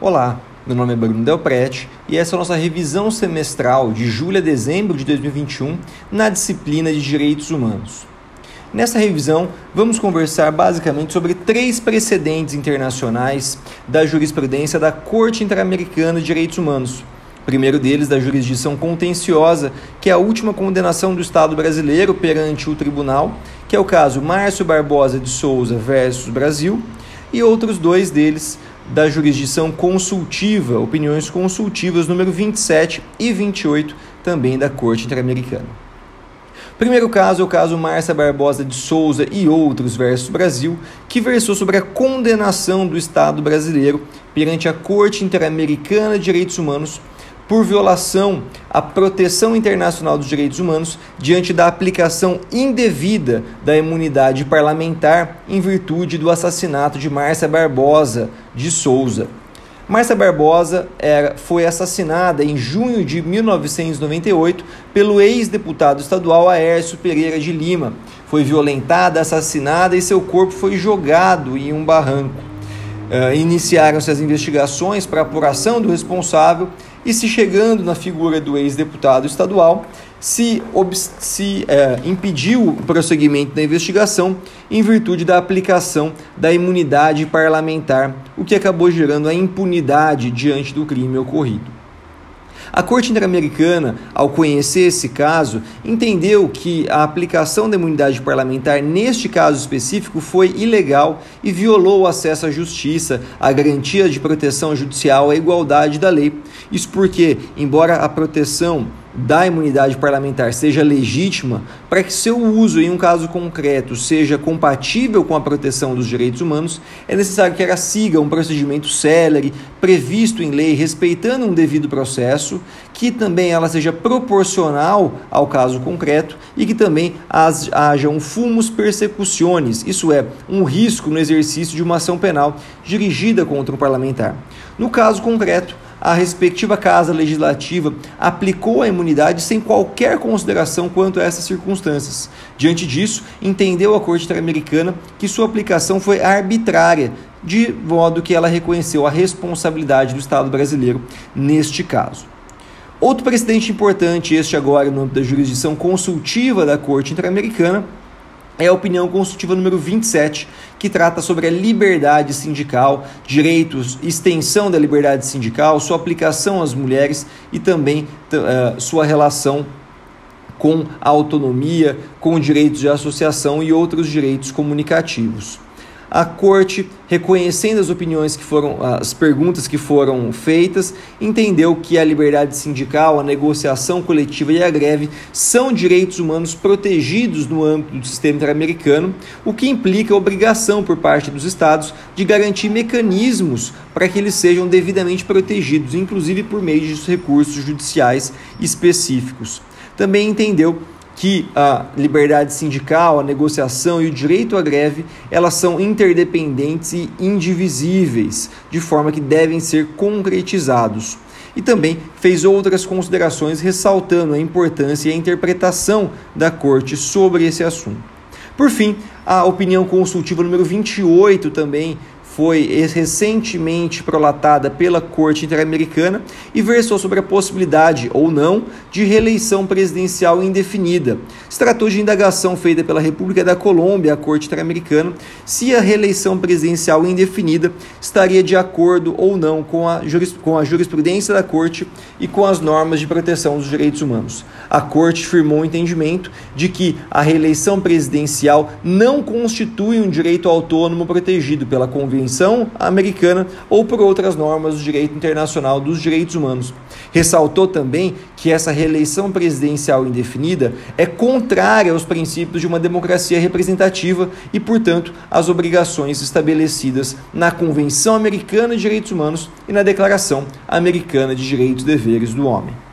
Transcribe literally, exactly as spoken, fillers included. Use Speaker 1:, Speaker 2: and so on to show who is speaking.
Speaker 1: Olá, meu nome é Bruno Del Prete e essa é a nossa revisão semestral de julho a dezembro de dois mil e vinte e um na disciplina de Direitos Humanos. Nessa revisão, vamos conversar basicamente sobre três precedentes internacionais da jurisprudência da Corte Interamericana de Direitos Humanos. O primeiro deles, da jurisdição contenciosa, que é a última condenação do Estado brasileiro perante o tribunal, que é o caso Márcio Barbosa de Souza versus Brasil, e outros dois deles, da jurisdição consultiva, opiniões consultivas número vinte e sete e vinte e oito, também da Corte Interamericana. O primeiro caso é o caso Márcia Barbosa de Souza e outros versus Brasil, que versou sobre a condenação do Estado brasileiro perante a Corte Interamericana de Direitos Humanos por violação à proteção internacional dos direitos humanos diante da aplicação indevida da imunidade parlamentar em virtude do assassinato de Márcia Barbosa de Souza. Márcia Barbosa era, foi assassinada em junho de mil novecentos e noventa e oito pelo ex-deputado estadual Aércio Pereira de Lima. Foi violentada, assassinada e seu corpo foi jogado em um barranco. Uh, iniciaram-se as investigações para a apuração do responsável e, se chegando na figura do ex-deputado estadual, se, se é, impediu o prosseguimento da investigação em virtude da aplicação da imunidade parlamentar, o que acabou gerando a impunidade diante do crime ocorrido. A Corte Interamericana, ao conhecer esse caso, entendeu que a aplicação da imunidade parlamentar neste caso específico foi ilegal e violou o acesso à justiça, a garantia de proteção judicial, a igualdade da lei. Isso porque, embora a proteção da imunidade parlamentar seja legítima, para que seu uso em um caso concreto seja compatível com a proteção dos direitos humanos, é necessário que ela siga um procedimento célere, previsto em lei, respeitando um devido processo, que também ela seja proporcional ao caso concreto e que também haja um fumus persecutionis, isso é, um risco no exercício de uma ação penal dirigida contra um parlamentar. No caso concreto, a respectiva Casa Legislativa aplicou a imunidade sem qualquer consideração quanto a essas circunstâncias. Diante disso, entendeu a Corte Interamericana que sua aplicação foi arbitrária, de modo que ela reconheceu a responsabilidade do Estado brasileiro neste caso. Outro precedente importante, este agora no âmbito da jurisdição consultiva da Corte Interamericana, é a opinião consultiva número vinte e sete, que trata sobre a liberdade sindical, direitos, extensão da liberdade sindical, sua aplicação às mulheres e também uh, sua relação com a autonomia, com direitos de associação e outros direitos comunicativos. A Corte, reconhecendo as opiniões que foram, as perguntas que foram feitas, entendeu que a liberdade sindical, a negociação coletiva e a greve são direitos humanos protegidos no âmbito do sistema interamericano, o que implica a obrigação por parte dos Estados de garantir mecanismos para que eles sejam devidamente protegidos, inclusive por meio de recursos judiciais específicos. Também entendeu que a liberdade sindical, a negociação e o direito à greve, elas são interdependentes e indivisíveis, de forma que devem ser concretizados. E também fez outras considerações ressaltando a importância e a interpretação da Corte sobre esse assunto. Por fim, a opinião consultiva número vinte e oito também foi recentemente prolatada pela Corte Interamericana e versou sobre a possibilidade, ou não, de reeleição presidencial indefinida. Se tratou de indagação feita pela República da Colômbia à Corte Interamericana se a reeleição presidencial indefinida estaria de acordo ou não com a, juris, com a jurisprudência da Corte e com as normas de proteção dos direitos humanos. A Corte firmou o entendimento de que a reeleição presidencial não constitui um direito autônomo protegido pela Convenção Americana ou por outras normas do direito internacional dos direitos humanos. Ressaltou também que essa reeleição presidencial indefinida é contrária aos princípios de uma democracia representativa e, portanto, às obrigações estabelecidas na Convenção Americana de Direitos Humanos e na Declaração Americana de Direitos e Deveres do Homem.